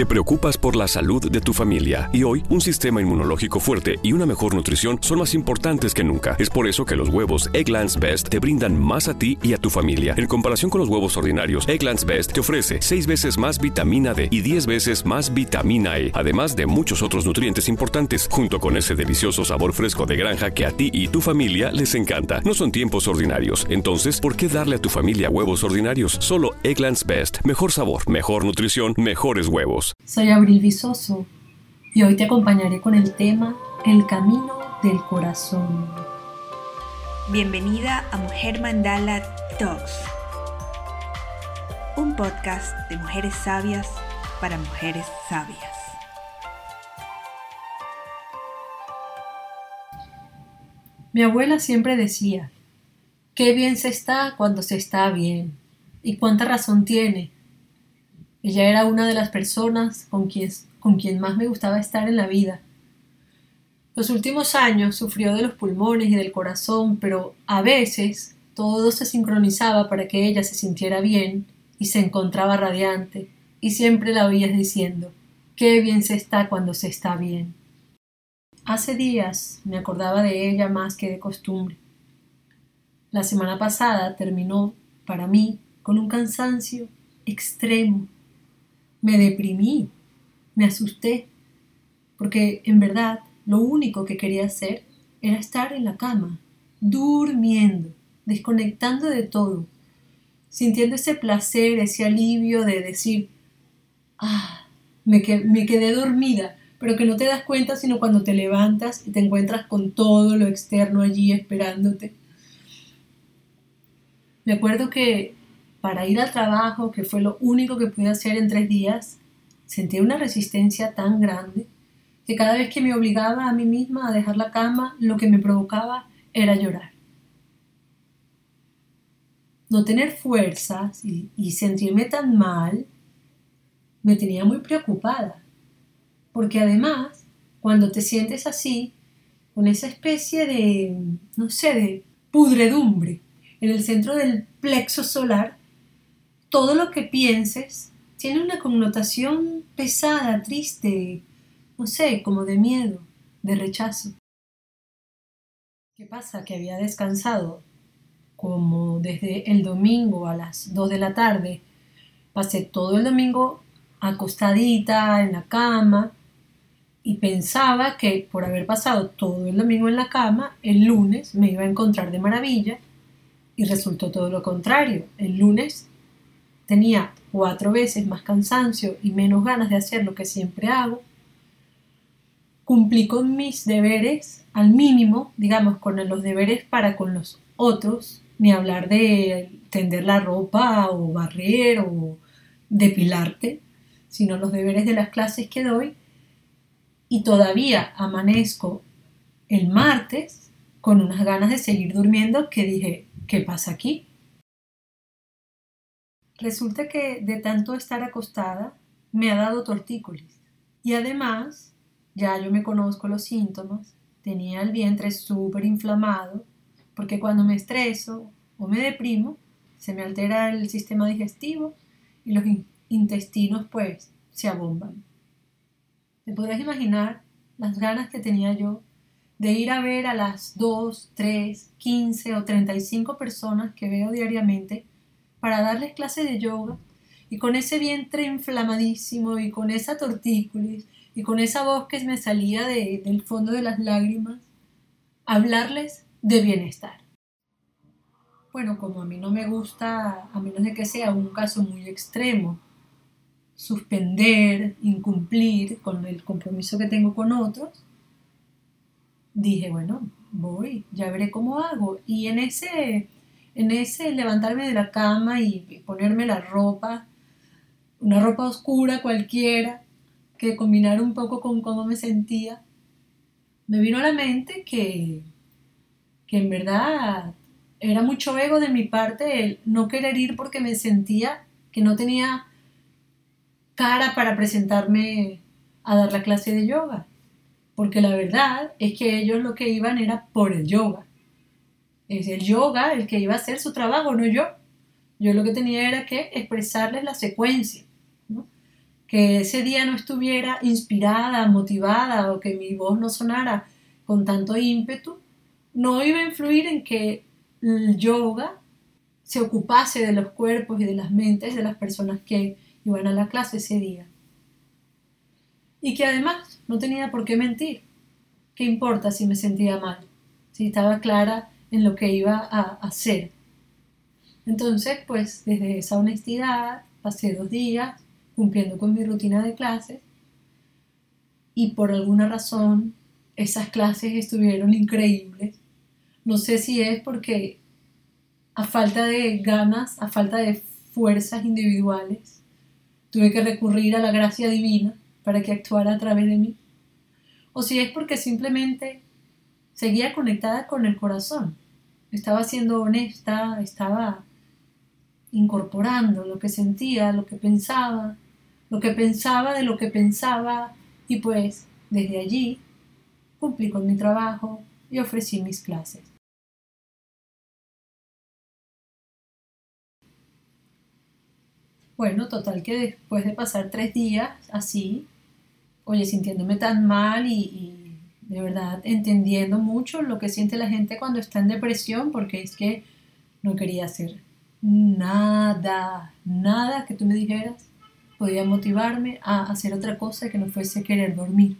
Te preocupas por la salud de tu familia y hoy un sistema inmunológico fuerte y una mejor nutrición son más importantes que nunca. Es por eso que los huevos Eggland's Best te brindan más a ti y a tu familia. En comparación con los huevos ordinarios, Eggland's Best te ofrece 6 veces más vitamina D y 10 veces más vitamina E, además de muchos otros nutrientes importantes, junto con ese delicioso sabor fresco de granja que a ti y tu familia les encanta. No son tiempos ordinarios, entonces, ¿por qué darle a tu familia huevos ordinarios? Solo Eggland's Best. Mejor sabor, mejor nutrición, mejores huevos. Soy Abril Vizoso y hoy te acompañaré con el tema El camino del corazón. Bienvenida a Mujer Mandala Talks, un podcast de mujeres sabias para mujeres sabias. Mi abuela siempre decía, qué bien se está cuando se está bien, y cuánta razón tiene. Ella era una de las personas con quien más me gustaba estar en la vida. Los últimos años sufrió de los pulmones y del corazón, pero a veces todo se sincronizaba para que ella se sintiera bien y se encontraba radiante, y siempre la oías diciendo, qué bien se está cuando se está bien. Hace días me acordaba de ella más que de costumbre. La semana pasada terminó, para mí, con un cansancio extremo. Me deprimí, me asusté, porque en verdad lo único que quería hacer era estar en la cama, durmiendo, desconectando de todo, sintiendo ese placer, ese alivio de decir, me quedé dormida, pero que no te das cuenta sino cuando te levantas y te encuentras con todo lo externo allí esperándote. Me acuerdo que para ir al trabajo, que fue lo único que pude hacer en 3 días, sentí una resistencia tan grande que cada vez que me obligaba a mí misma a dejar la cama, lo que me provocaba era llorar. No tener fuerzas y sentirme tan mal me tenía muy preocupada, porque además, cuando te sientes así, con esa especie de pudredumbre en el centro del plexo solar, todo lo que pienses tiene una connotación pesada, triste, como de miedo, de rechazo. ¿Qué pasa? Que había descansado como desde el domingo a las 2 de la tarde. Pasé todo el domingo acostadita en la cama y pensaba que por haber pasado todo el domingo en la cama, el lunes me iba a encontrar de maravilla y resultó todo lo contrario. El lunes tenía 4 veces más cansancio y menos ganas de hacer lo que siempre hago. Cumplí con mis deberes al mínimo, digamos, con los deberes para con los otros, ni hablar de tender la ropa o barrer o depilarte, sino los deberes de las clases que doy. Y todavía amanezco el martes con unas ganas de seguir durmiendo que dije, ¿qué pasa aquí? Resulta que de tanto estar acostada me ha dado tortícolis y además ya yo me conozco los síntomas, tenía el vientre súper inflamado porque cuando me estreso o me deprimo se me altera el sistema digestivo y los intestinos pues se abomban. Te podrás imaginar las ganas que tenía yo de ir a ver a las 2, 3, 15 o 35 personas que veo diariamente para darles clase de yoga y con ese vientre inflamadísimo y con esa tortícolis y con esa voz que me salía del fondo de las lágrimas, hablarles de bienestar. Bueno, como a mí no me gusta, a menos de que sea un caso muy extremo, suspender, incumplir con el compromiso que tengo con otros, dije, bueno, voy, ya veré cómo hago. Y en ese levantarme de la cama y ponerme la ropa, una ropa oscura cualquiera, que combinara un poco con cómo me sentía, me vino a la mente que en verdad era mucho ego de mi parte el no querer ir porque me sentía que no tenía cara para presentarme a dar la clase de yoga. Porque la verdad es que ellos lo que iban era por el yoga. Es el yoga el que iba a hacer su trabajo, no yo. Yo lo que tenía era que expresarles la secuencia, ¿no? que ese día no estuviera inspirada, motivada o que mi voz no sonara con tanto ímpetu, no iba a influir en que el yoga se ocupase de los cuerpos y de las mentes de las personas que iban a la clase ese día. Y que además no tenía por qué mentir. ¿Qué importa si me sentía mal? Si estaba clara en lo que iba a hacer. Entonces, pues desde esa honestidad pasé 2 días cumpliendo con mi rutina de clases y por alguna razón esas clases estuvieron increíbles. No sé si es porque a falta de ganas, a falta de fuerzas individuales, tuve que recurrir a la gracia divina para que actuara a través de mí. O si es porque simplemente seguía conectada con el corazón. Estaba siendo honesta, estaba incorporando lo que sentía, lo que pensaba de lo que pensaba y pues desde allí cumplí con mi trabajo y ofrecí mis clases. Bueno, total que después de pasar 3 días así, oye, sintiéndome tan mal y de verdad entendiendo mucho lo que siente la gente cuando está en depresión, porque es que no quería hacer nada, nada que tú me dijeras podía motivarme a hacer otra cosa que no fuese querer dormir.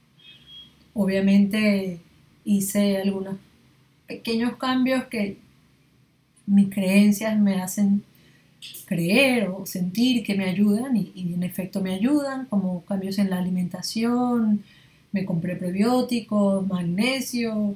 Obviamente hice algunos pequeños cambios que mis creencias me hacen creer o sentir que me ayudan y en efecto me ayudan, como cambios en la alimentación, me compré probióticos, magnesio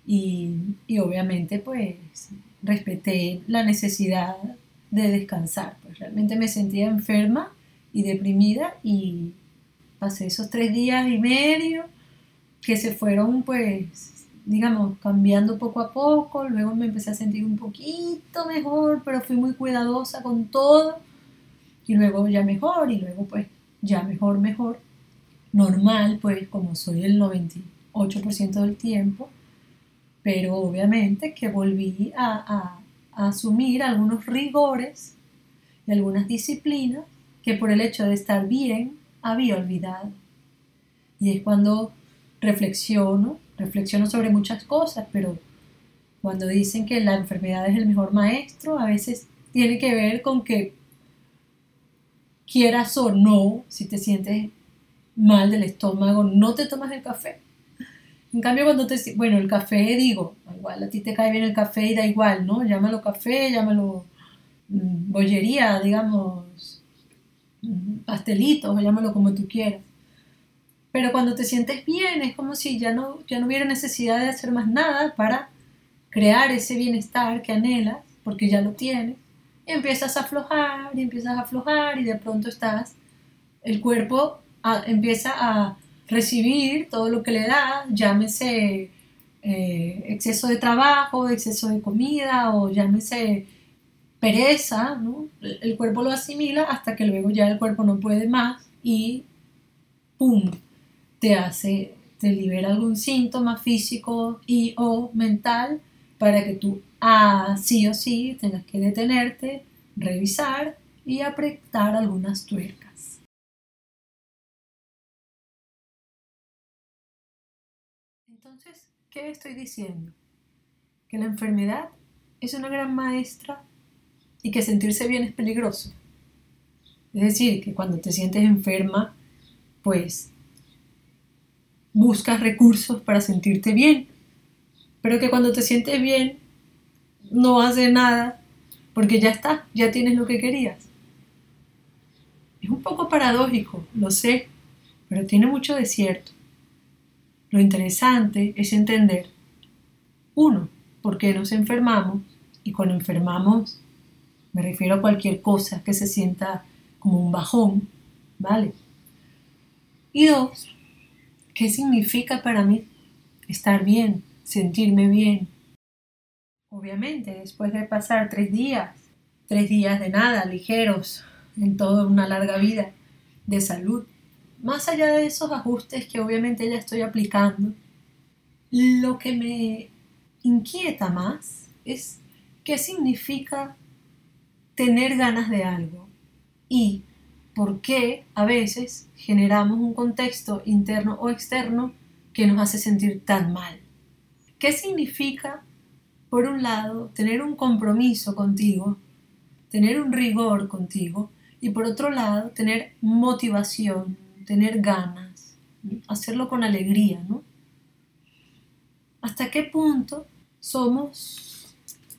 y obviamente pues respeté la necesidad de descansar. Pues realmente me sentía enferma y deprimida y pasé esos 3 días y medio que se fueron pues digamos cambiando poco a poco, luego me empecé a sentir un poquito mejor, pero fui muy cuidadosa con todo y luego ya mejor y luego pues ya mejor, normal pues como soy el 98% del tiempo, pero obviamente que volví a asumir algunos rigores y algunas disciplinas que por el hecho de estar bien había olvidado. Y es cuando reflexiono sobre muchas cosas, pero cuando dicen que la enfermedad es el mejor maestro, a veces tiene que ver con que quieras o no, si te sientes mal del estómago, no te tomas el café. En cambio, bueno, el café, digo, igual a ti te cae bien el café y da igual, ¿no? Llámalo café, llámalo bollería, digamos, pastelitos, o llámalo como tú quieras. Pero cuando te sientes bien es como si ya no hubiera necesidad de hacer más nada para crear ese bienestar que anhelas, porque ya lo tienes, y empiezas a aflojar y de pronto el cuerpo empieza a recibir todo lo que le da, llámese exceso de trabajo, exceso de comida o llámese pereza, ¿no? El cuerpo lo asimila hasta que luego ya el cuerpo no puede más y ¡pum! Te libera algún síntoma físico y o mental para que tú sí o sí tengas que detenerte, revisar y apretar algunas tuercas. Entonces, ¿qué estoy diciendo? Que la enfermedad es una gran maestra y que sentirse bien es peligroso. Es decir, que cuando te sientes enferma, pues buscas recursos para sentirte bien, pero que cuando te sientes bien no haces nada porque ya está, ya tienes lo que querías. Es un poco paradójico, lo sé, pero tiene mucho de cierto. Lo interesante es entender, uno, por qué nos enfermamos, y cuando enfermamos me refiero a cualquier cosa que se sienta como un bajón, ¿vale? Y dos, ¿qué significa para mí estar bien, sentirme bien? Obviamente, después de pasar 3 días de nada, ligeros, en toda una larga vida de salud, más allá de esos ajustes que obviamente ya estoy aplicando, lo que me inquieta más es qué significa tener ganas de algo y por qué a veces generamos un contexto interno o externo que nos hace sentir tan mal. ¿Qué significa, por un lado, tener un compromiso contigo, tener un rigor contigo, y por otro lado, tener motivación, tener ganas, hacerlo con alegría, ¿no? ¿Hasta qué punto somos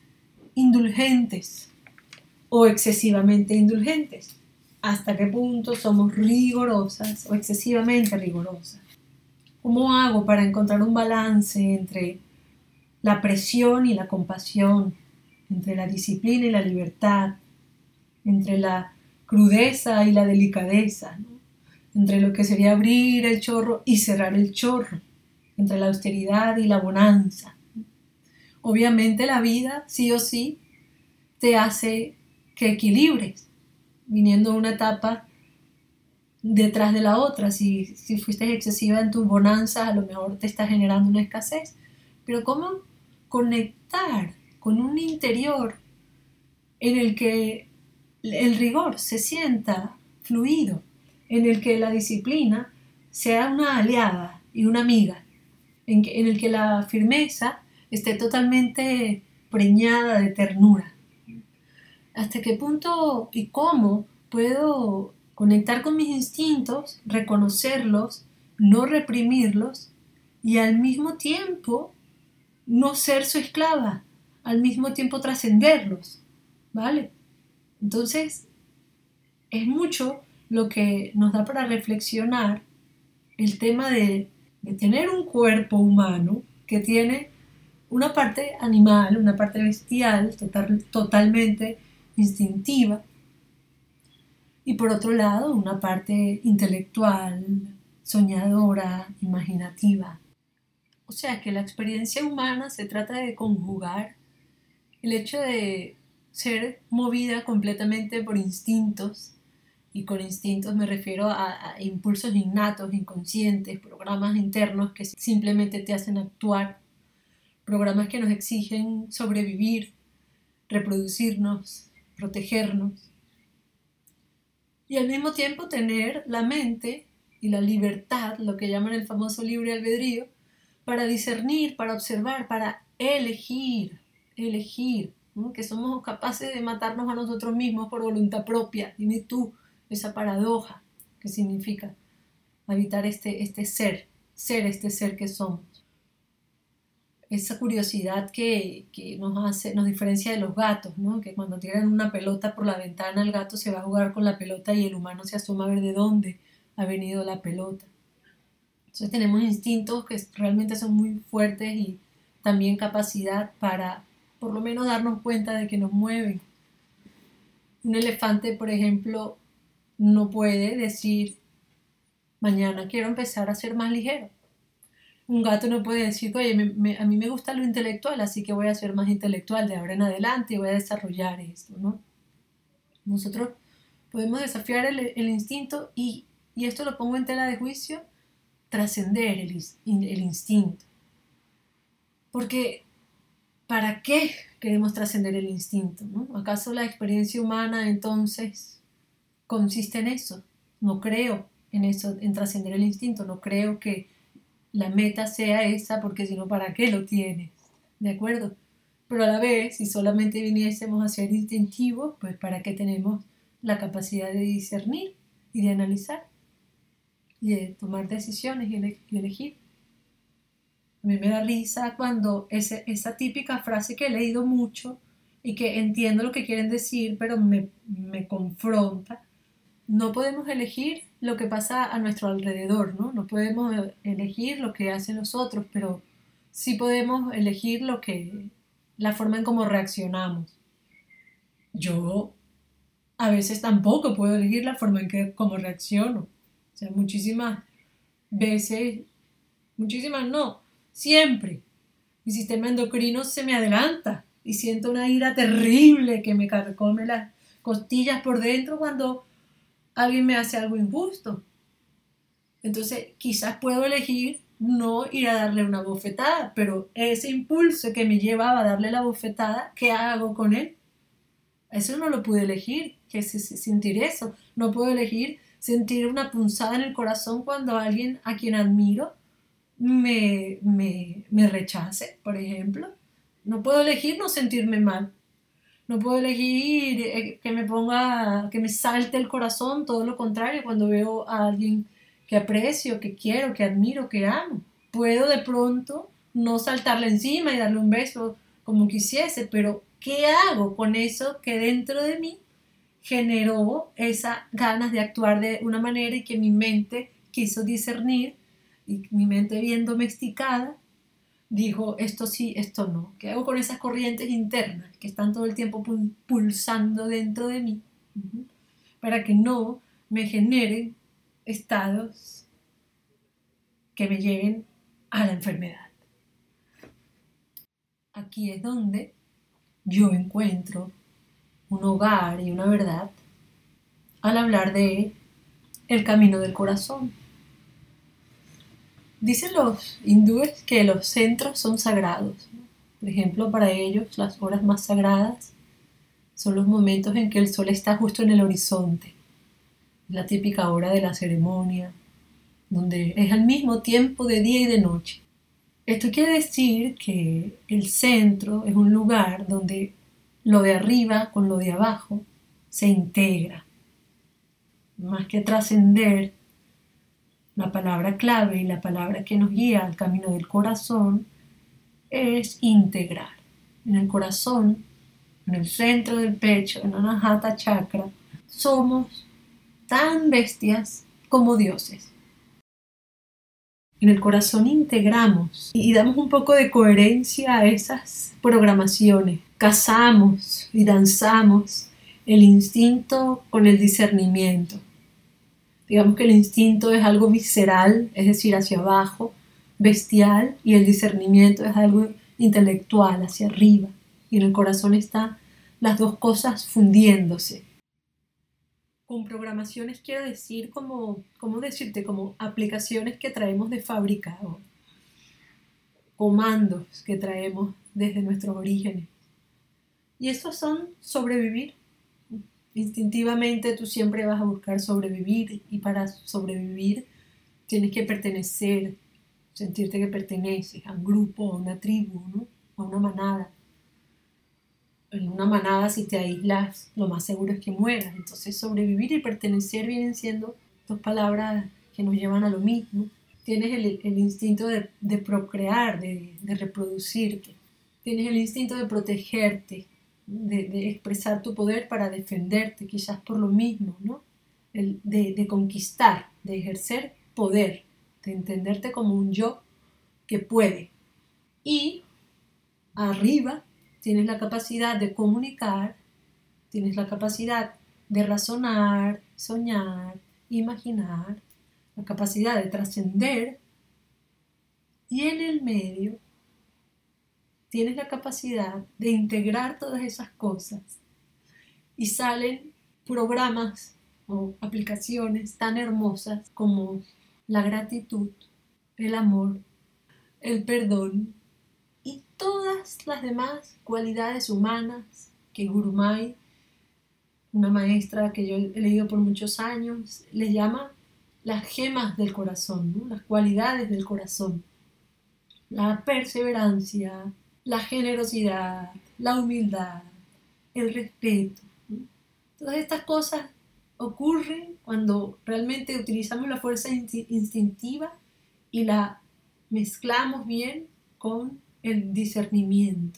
indulgentes o excesivamente indulgentes? ¿Hasta qué punto somos rigorosas o excesivamente rigorosas? ¿Cómo hago para encontrar un balance entre la presión y la compasión, entre la disciplina y la libertad, entre la crudeza y la delicadeza, ¿no? Entre lo que sería abrir el chorro y cerrar el chorro, entre la austeridad y la bonanza? Obviamente la vida, sí o sí, te hace que equilibres, viniendo una etapa detrás de la otra. Si fuiste excesiva en tus bonanzas, a lo mejor te está generando una escasez. Pero ¿cómo conectar con un interior en el que el rigor se sienta fluido, en el que la disciplina sea una aliada y una amiga, en el que la firmeza esté totalmente preñada de ternura? ¿Hasta qué punto y cómo puedo conectar con mis instintos, reconocerlos, no reprimirlos y al mismo tiempo no ser su esclava, al mismo tiempo trascenderlos? ¿Vale? Entonces, es mucho lo que nos da para reflexionar el tema de tener un cuerpo humano que tiene una parte animal, una parte bestial, totalmente instintiva, y por otro lado una parte intelectual, soñadora, imaginativa. O sea que la experiencia humana se trata de conjugar el hecho de ser movida completamente por instintos, y con instintos me refiero a impulsos innatos, inconscientes, programas internos que simplemente te hacen actuar, programas que nos exigen sobrevivir, reproducirnos, protegernos, y al mismo tiempo tener la mente y la libertad, lo que llaman el famoso libre albedrío, para discernir, para observar, para elegir, ¿no? Que somos capaces de matarnos a nosotros mismos por voluntad propia. Dime tú esa paradoja que significa habitar este ser este ser que somos. Esa curiosidad que nos diferencia de los gatos, ¿no? Que cuando tiran una pelota por la ventana, el gato se va a jugar con la pelota y el humano se asoma a ver de dónde ha venido la pelota. Entonces tenemos instintos que realmente son muy fuertes y también capacidad para por lo menos darnos cuenta de que nos mueven. Un elefante, por ejemplo, no puede decir mañana quiero empezar a ser más ligero. Un gato no puede decir, oye, a mí me gusta lo intelectual, así que voy a ser más intelectual de ahora en adelante y voy a desarrollar esto, ¿no? Nosotros podemos desafiar el instinto y esto lo pongo en tela de juicio, trascender el instinto. Porque, ¿para qué queremos trascender el instinto, ¿no? ¿Acaso la experiencia humana entonces consiste en eso? No creo en eso, en trascender el instinto, no creo que la meta sea esa, porque si no, ¿para qué lo tienes? ¿De acuerdo? Pero a la vez, si solamente viniésemos a ser instintivos, pues ¿para qué tenemos la capacidad de discernir y de analizar y de tomar decisiones y elegir? A mí me da risa cuando esa típica frase que he leído mucho y que entiendo lo que quieren decir, pero me confronta. No podemos elegir lo que pasa a nuestro alrededor, ¿no? No podemos elegir lo que hacen los otros, pero sí podemos elegir la forma en cómo reaccionamos. Yo a veces tampoco puedo elegir la forma en cómo reacciono. O sea, muchísimas veces, muchísimas no, siempre mi sistema endocrino se me adelanta y siento una ira terrible que me carcome las costillas por dentro cuando alguien me hace algo injusto. Entonces quizás puedo elegir no ir a darle una bofetada, pero ese impulso que me llevaba a darle la bofetada, ¿qué hago con él? Eso no lo pude elegir, sentir eso. No puedo elegir sentir una punzada en el corazón cuando alguien a quien admiro me rechace, por ejemplo. No puedo elegir no sentirme mal. No puedo elegir que me salte el corazón, todo lo contrario, cuando veo a alguien que aprecio, que quiero, que admiro, que amo. Puedo de pronto no saltarle encima y darle un beso como quisiese, pero ¿qué hago con eso que dentro de mí generó esas ganas de actuar de una manera y que mi mente quiso discernir, y mi mente bien domesticada dijo esto sí, esto no? ¿Qué hago con esas corrientes internas que están todo el tiempo pulsando dentro de mí? Para que no me generen estados que me lleven a la enfermedad. Aquí es donde yo encuentro un hogar y una verdad al hablar de el camino del corazón. Dicen los hindúes que los centros son sagrados, ¿no? Por ejemplo, para ellos las horas más sagradas son los momentos en que el sol está justo en el horizonte, la típica hora de la ceremonia, donde es al mismo tiempo de día y de noche. Esto quiere decir que el centro es un lugar donde lo de arriba con lo de abajo se integra. Más que trascender, la palabra clave y la palabra que nos guía al camino del corazón es integrar. En el corazón, en el centro del pecho, en Anahata Chakra, somos tan bestias como dioses. En el corazón integramos y damos un poco de coherencia a esas programaciones. Casamos y danzamos el instinto con el discernimiento. Digamos que el instinto es algo visceral, es decir, hacia abajo, bestial, y el discernimiento es algo intelectual, hacia arriba. Y en el corazón están las dos cosas fundiéndose. Con programaciones quiero decir como aplicaciones que traemos de fábrica o comandos que traemos desde nuestros orígenes. Y estos son sobrevivir. Instintivamente tú siempre vas a buscar sobrevivir, y para sobrevivir tienes que pertenecer, sentirte que perteneces a un grupo, a una tribu, ¿no? A una manada. En una manada, si te aíslas, lo más seguro es que mueras. Entonces sobrevivir y pertenecer vienen siendo dos palabras que nos llevan a lo mismo. Tienes el instinto de procrear, de reproducirte. Tienes el instinto de protegerte, de expresar tu poder para defenderte, quizás por lo mismo, ¿no? De conquistar, de ejercer poder, de entenderte como un yo que puede. Y arriba tienes la capacidad de comunicar, tienes la capacidad de razonar, soñar, imaginar, la capacidad de trascender, y en el medio tienes la capacidad de integrar todas esas cosas y salen programas o aplicaciones tan hermosas como la gratitud, el amor, el perdón y todas las demás cualidades humanas que Gurumay, una maestra que yo he leído por muchos años, les llama las gemas del corazón, ¿no? Las cualidades del corazón, la perseverancia, la generosidad, la humildad, el respeto, ¿no? Todas estas cosas ocurren cuando realmente utilizamos la fuerza instintiva y la mezclamos bien con el discernimiento.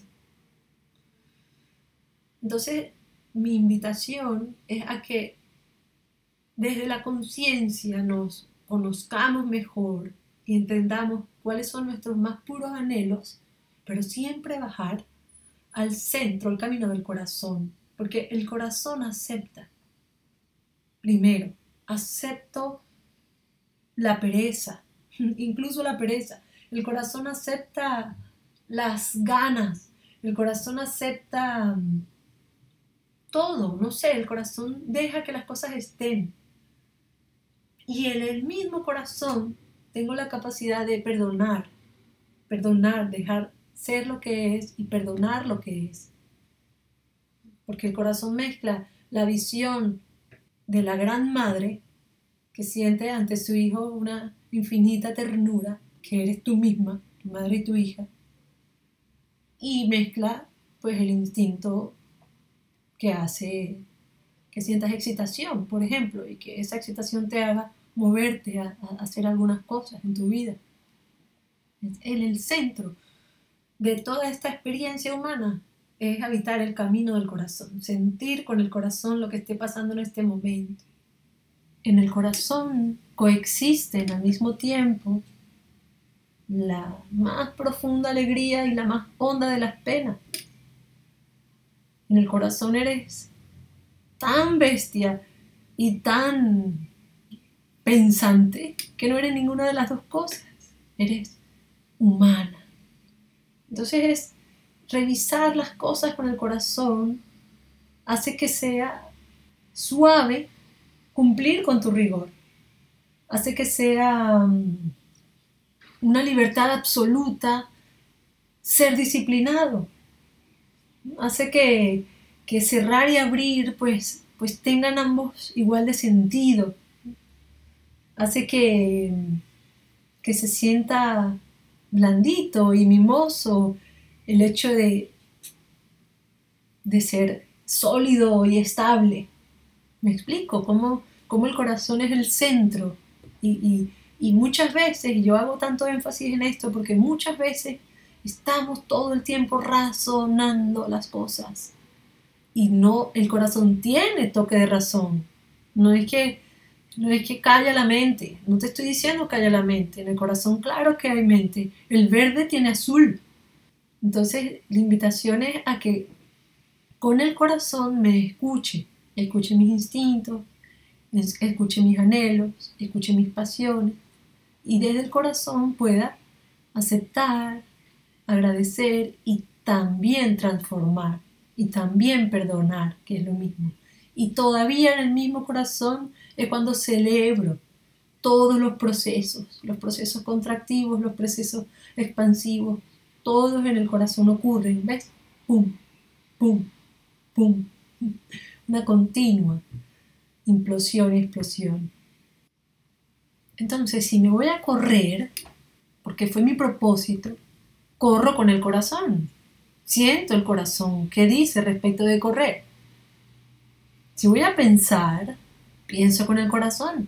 Entonces, mi invitación es a que desde la conciencia nos conozcamos mejor y entendamos cuáles son nuestros más puros anhelos, pero siempre bajar al centro, al camino del corazón, porque el corazón acepta. Primero, acepto la pereza, incluso la pereza. El corazón acepta las ganas, el corazón acepta todo, no sé, el corazón deja que las cosas estén. Y en el mismo corazón tengo la capacidad de perdonar, dejar ser lo que es y perdonar lo que es. porque el corazón mezcla la visión de la gran madre que siente ante su hijo una infinita ternura, que eres tú misma, tu madre y tu hija, y mezcla pues el instinto que hace que sientas excitación, por ejemplo, y que esa excitación te haga moverte a hacer algunas cosas en tu vida. En el centro de toda esta experiencia humana es habitar el camino del corazón, sentir con el corazón lo que esté pasando en este momento. En el corazón coexisten al mismo tiempo la más profunda alegría y la más honda de las penas. En el corazón eres tan bestia y tan pensante que no eres ninguna de las dos cosas. Eres humana. Entonces revisar las cosas con el corazón hace que sea suave cumplir con tu rigor. Hace que sea una libertad absoluta ser disciplinado. Hace que cerrar y abrir pues tengan ambos igual de sentido. Hace que se sienta blandito y mimoso el hecho de ser sólido y estable. ¿Me explico? Cómo el corazón es el centro y muchas veces, y yo hago tanto énfasis en esto porque muchas veces estamos todo el tiempo razonando las cosas y no, el corazón tiene toque de razón. No es que calla la mente, no te estoy diciendo calla la mente, en el corazón claro que hay mente, el verde tiene azul. Entonces la invitación es a que con el corazón me escuche mis instintos, escuche mis anhelos, escuche mis pasiones y desde el corazón pueda aceptar, agradecer y también transformar y también perdonar, que es lo mismo. Y todavía en el mismo corazón es cuando celebro todos los procesos contractivos, los procesos expansivos, todos en el corazón ocurren, ¿ves? Pum, pum, pum, una continua implosión y explosión. Entonces, si me voy a correr, porque fue mi propósito, corro con el corazón. Siento el corazón. ¿Qué dice respecto de correr? Si voy a pensar, pienso con el corazón.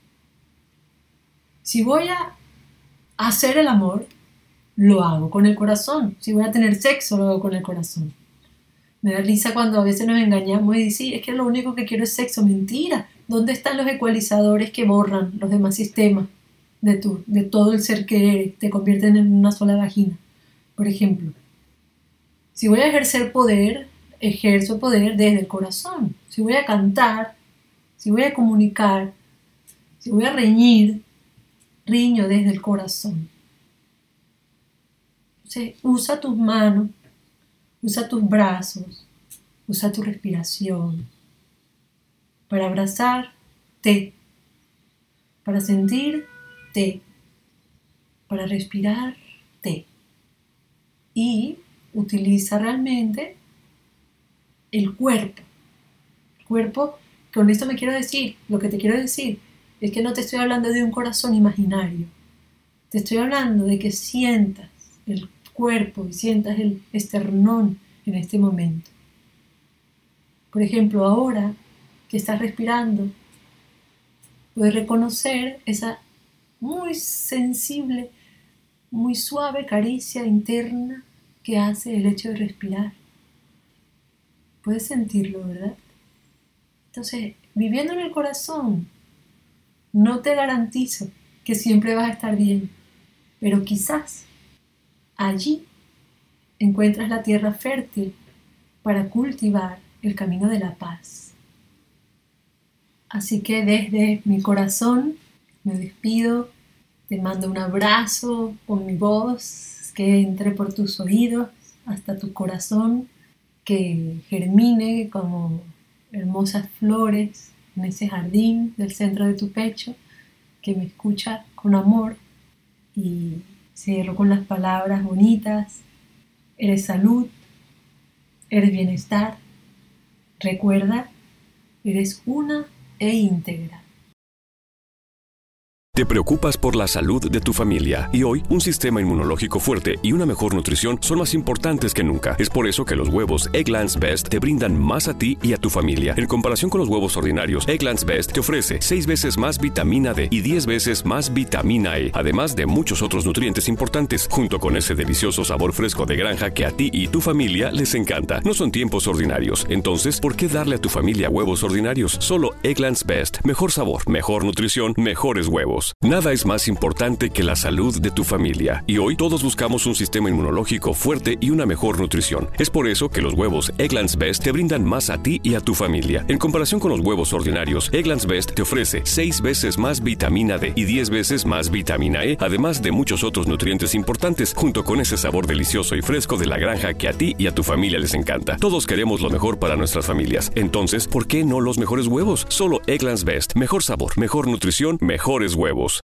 Si voy a hacer el amor, lo hago con el corazón. Si voy a tener sexo, lo hago con el corazón. Me da risa cuando a veces nos engañamos y decimos, es que lo único que quiero es sexo. Mentira. ¿Dónde están los ecualizadores que borran los demás sistemas de todo el ser que eres? Te convierten en una sola vagina, por ejemplo. Si voy a ejercer poder, ejerzo poder desde el corazón. Si voy a cantar, si voy a comunicar, si voy a reñir, riño desde el corazón. Entonces, usa tus manos, usa tus brazos, usa tu respiración para abrazarte, para sentirte, para respirarte. Y utiliza realmente el cuerpo. El cuerpo, con esto me quiero decir, lo que te quiero decir es que no te estoy hablando de un corazón imaginario. Te estoy hablando de que sientas el cuerpo y sientas el esternón en este momento. Por ejemplo, ahora que estás respirando, puedes reconocer esa muy sensible, muy suave caricia interna que hace el hecho de respirar. Puedes sentirlo, ¿verdad? Entonces, viviendo en el corazón, no te garantizo que siempre vas a estar bien, pero quizás allí encuentras la tierra fértil para cultivar el camino de la paz. Así que desde mi corazón me despido, te mando un abrazo con mi voz que entre por tus oídos hasta tu corazón, que germine como hermosas flores en ese jardín del centro de tu pecho, que me escucha con amor. Y cierro con las palabras bonitas: eres salud, eres bienestar, Recuerda, eres una e íntegra. Te preocupas por la salud de tu familia y hoy un sistema inmunológico fuerte y una mejor nutrición son más importantes que nunca. Es por eso que los huevos Eggland's Best te brindan más a ti y a tu familia. En comparación con los huevos ordinarios, Eggland's Best te ofrece 6 veces más vitamina D y 10 veces más vitamina E, además de muchos otros nutrientes importantes, junto con ese delicioso sabor fresco de granja que a ti y tu familia les encanta. No son tiempos ordinarios, entonces, ¿por qué darle a tu familia huevos ordinarios? Solo Eggland's Best. Mejor sabor, mejor nutrición, mejores huevos. Nada es más importante que la salud de tu familia y hoy todos buscamos un sistema inmunológico fuerte y una mejor nutrición. Es por eso que los huevos Eggland's Best te brindan más a ti y a tu familia. En comparación con los huevos ordinarios, Eggland's Best te ofrece 6 veces más vitamina D y 10 veces más vitamina E, además de muchos otros nutrientes importantes, junto con ese sabor delicioso y fresco de la granja que a ti y a tu familia les encanta. Todos queremos lo mejor para nuestras familias. Entonces, ¿por qué no los mejores huevos? Solo Eggland's Best. Mejor sabor, mejor nutrición, mejores huevos.